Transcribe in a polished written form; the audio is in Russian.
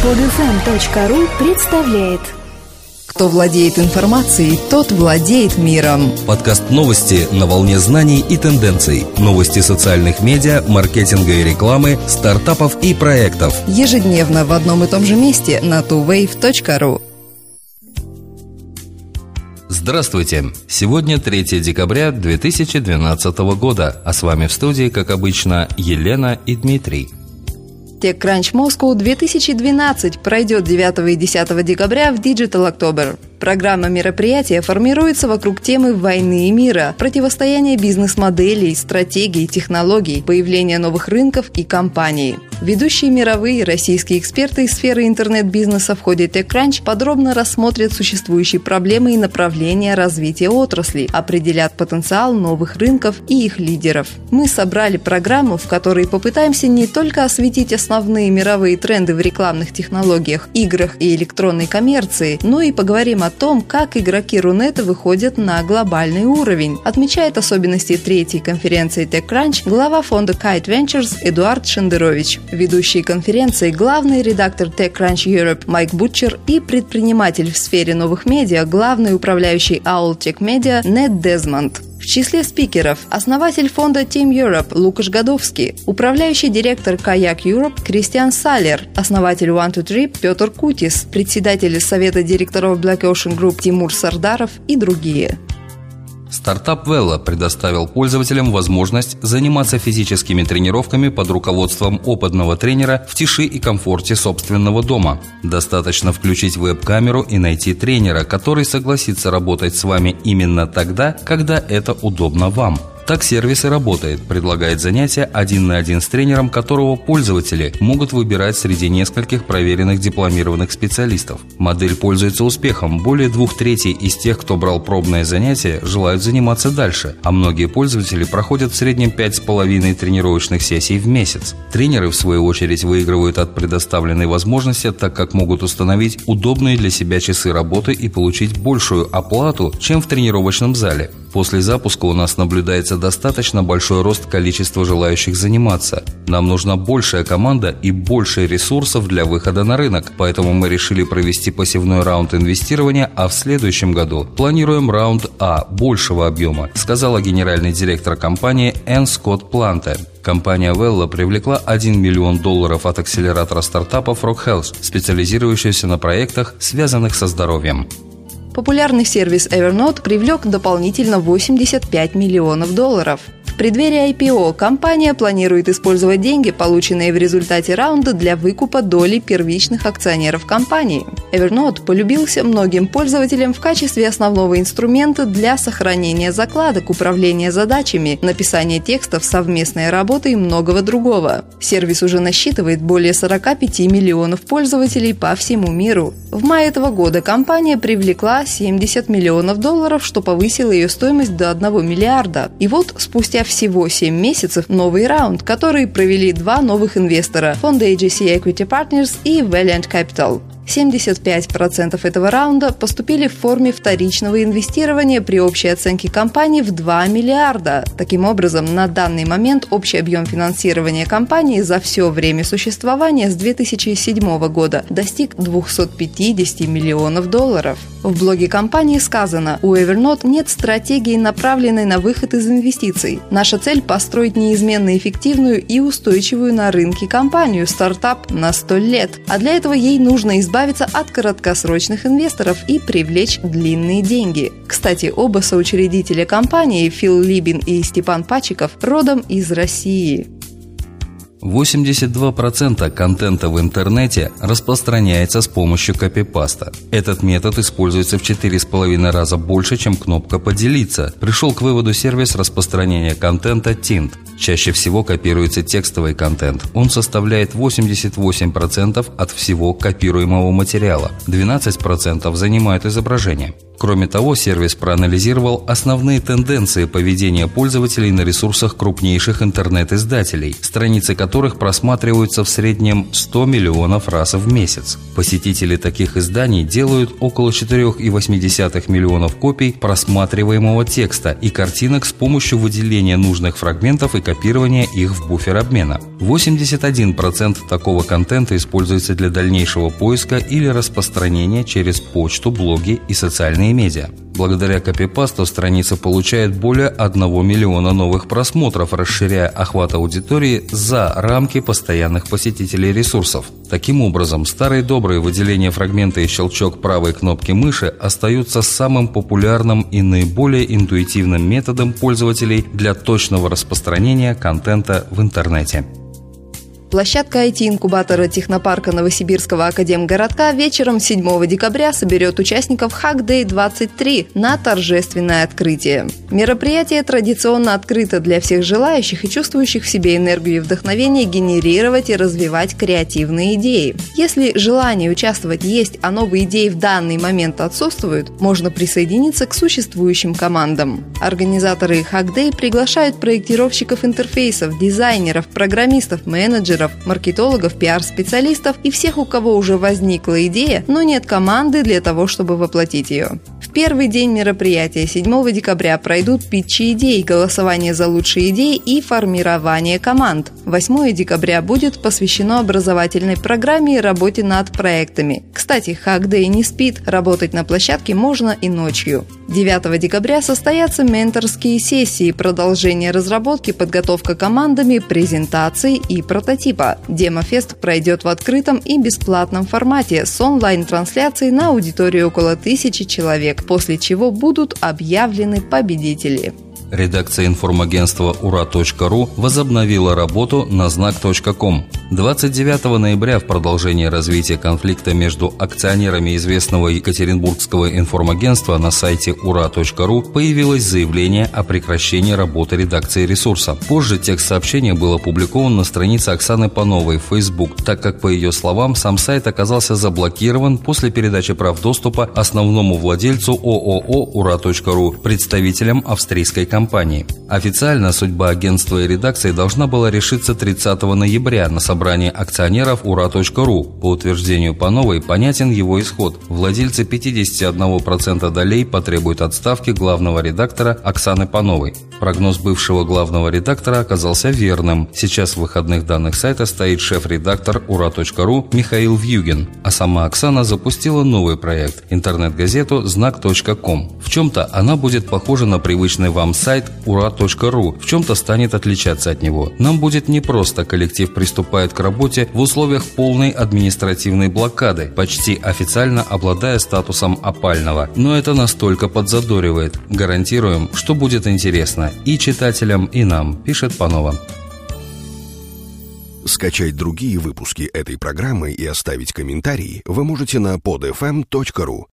podfm.ru представляет. Кто владеет информацией, тот владеет миром. Подкаст новости на волне знаний и тенденций. Новости социальных медиа, маркетинга и рекламы, стартапов и проектов. Ежедневно в одном и том же месте на twowave.ru. Здравствуйте! Сегодня 3 декабря 2012 года, а с вами в студии, как обычно, Елена и Дмитрий. TechCrunch Moscow 2012 пройдет 9 и 10 декабря в Digital October. Программа мероприятия формируется вокруг темы войны и мира, противостояния бизнес-моделей, стратегий, технологий, появления новых рынков и компаний. Ведущие мировые и российские эксперты из сферы интернет-бизнеса в ходе TechCrunch подробно рассмотрят существующие проблемы и направления развития отрасли, определят потенциал новых рынков и их лидеров. Мы собрали программу, в которой попытаемся не только осветить основные мировые тренды в рекламных технологиях, играх и электронной коммерции, но и поговорим о том, как игроки Рунета выходят на глобальный уровень, отмечает особенности третьей конференции TechCrunch глава фонда Kite Ventures Эдуард Шендерович. Ведущий конференции главный редактор TechCrunch Europe Майк Бутчер и предприниматель в сфере новых медиа, главный управляющий Owl Tech Media Нед Дезмонд. В числе спикеров основатель фонда Team Europe Лукаш Годовский, управляющий директор Kayak Europe Кристиан Салер, основатель One2Trip Петр Кутис, председатель совета директоров Black Ocean Group Тимур Сардаров и другие. Стартап Velo предоставил пользователям возможность заниматься физическими тренировками под руководством опытного тренера в тиши и комфорте собственного дома. Достаточно включить веб-камеру и найти тренера, который согласится работать с вами именно тогда, когда это удобно вам. Так сервис и работает, предлагает занятия 1 на 1 с тренером, которого пользователи могут выбирать среди нескольких проверенных дипломированных специалистов. Модель пользуется успехом, более 2/3 из тех, кто брал пробное занятие, желают заниматься дальше, а многие пользователи проходят в среднем 5,5 тренировочных сессий в месяц. Тренеры, в свою очередь, выигрывают от предоставленной возможности, так как могут установить удобные для себя часы работы и получить большую оплату, чем в тренировочном зале. После запуска у нас наблюдается достаточно большой рост количества желающих заниматься. Нам нужна большая команда и больше ресурсов для выхода на рынок, поэтому мы решили провести пассивной раунд инвестирования, а в следующем году планируем раунд А большего объема, сказала генеральный директор компании Энн Скотт Планте. Компания Velo привлекла $1 миллион от акселератора стартапов Rock Health, специализирующегося на проектах, связанных со здоровьем. Популярный сервис Evernote привлек дополнительно $85 миллионов. В преддверии IPO компания планирует использовать деньги, полученные в результате раунда, для выкупа доли первичных акционеров компании. Evernote полюбился многим пользователям в качестве основного инструмента для сохранения закладок, управления задачами, написания текстов, совместной работы и многого другого. Сервис уже насчитывает более 45 миллионов пользователей по всему миру. В мае этого года компания привлекла $70 миллионов, что повысило ее стоимость до $1 миллиарда. И вот спустя всего 7 месяцев новый раунд, который провели два новых инвестора – фонды AGC Equity Partners и Valiant Capital. 75% этого раунда поступили в форме вторичного инвестирования при общей оценке компании в $2 миллиарда. Таким образом, на данный момент общий объем финансирования компании за все время существования с 2007 года достиг $250 миллионов. В блоге компании сказано: у Evernote нет стратегии, направленной на выход из инвестиций. Наша цель – построить неизменно эффективную и устойчивую на рынке компанию, стартап на 100 лет. А для этого ей нужно избавиться от краткосрочных инвесторов и привлечь длинные деньги. Кстати, оба соучредителя компании, Фил Либин и Степан Пачиков, родом из России. 82% контента в интернете распространяется с помощью копипаста. Этот метод используется в 4,5 раза больше, чем кнопка «Поделиться». Пришел к выводу сервис распространения контента Tint. Чаще всего копируется текстовый контент. Он составляет 88% от всего копируемого материала. 12% занимают изображение. Кроме того, сервис проанализировал основные тенденции поведения пользователей на ресурсах крупнейших интернет-издателей, страницы которых просматриваются в среднем 100 миллионов раз в месяц. Посетители таких изданий делают около 4,8 миллионов копий просматриваемого текста и картинок с помощью выделения нужных фрагментов и копирования их в буфер обмена. 81% такого контента используется для дальнейшего поиска или распространения через почту, блоги и социальные медиа. Благодаря копипасту страница получает более 1 миллиона новых просмотров, расширяя охват аудитории за рамки постоянных посетителей ресурсов. Таким образом, старые добрые выделения фрагмента и щелчок правой кнопки мыши остаются самым популярным и наиболее интуитивным методом пользователей для точного распространения контента в интернете. Площадка IT-инкубатора технопарка Новосибирского академгородка вечером 7 декабря соберет участников Hack Day 23 на торжественное открытие. Мероприятие традиционно открыто для всех желающих и чувствующих в себе энергию и вдохновение генерировать и развивать креативные идеи. Если желание участвовать есть, а новые идеи в данный момент отсутствуют, можно присоединиться к существующим командам. Организаторы Hack Day приглашают проектировщиков интерфейсов, дизайнеров, программистов, менеджеров, маркетологов, пиар-специалистов и всех, у кого уже возникла идея, но нет команды для того, чтобы воплотить ее. В первый день мероприятия 7 декабря пройдут питчи идей, голосование за лучшие идеи и формирование команд. 8 декабря будет посвящено образовательной программе и работе над проектами. Кстати, Hack Day не спит, работать на площадке можно и ночью. 9 декабря состоятся менторские сессии, продолжение разработки, подготовка командами, презентации и прототипа. Демофест пройдет в открытом и бесплатном формате с онлайн-трансляцией на аудиторию около 1000 человек, после чего будут объявлены победители. Редакция информагентства ура.ру возобновила работу на знак.ком. 29 ноября в продолжении развития конфликта между акционерами известного екатеринбургского информагентства на сайте ура.ру появилось заявление о прекращении работы редакции ресурса. Позже текст сообщения был опубликован на странице Оксаны Пановой в Facebook, так как, по ее словам, сам сайт оказался заблокирован после передачи прав доступа основному владельцу ООО «Ура.ру», представителям австрийской компании. Официально судьба агентства и редакции должна была решиться 30 ноября на собрании акционеров ура.ру. По утверждению Пановой, понятен его исход. Владельцы 51% долей потребуют отставки главного редактора Оксаны Пановой. Прогноз бывшего главного редактора оказался верным. Сейчас в выходных данных сайта стоит шеф-редактор ура.ру Михаил Вьюгин, а сама Оксана запустила новый проект – интернет-газету знак.ком. В чем-то она будет похожа на привычный вам сайт ура.ру, в чем-то станет отличаться от него. Нам будет непросто, коллектив приступает к работе в условиях полной административной блокады, почти официально обладая статусом опального. Но это настолько подзадоривает. Гарантируем, что будет интересно и читателям, и нам, пишет Панова. Скачать другие выпуски этой программы и оставить комментарии вы можете на podfm.ru.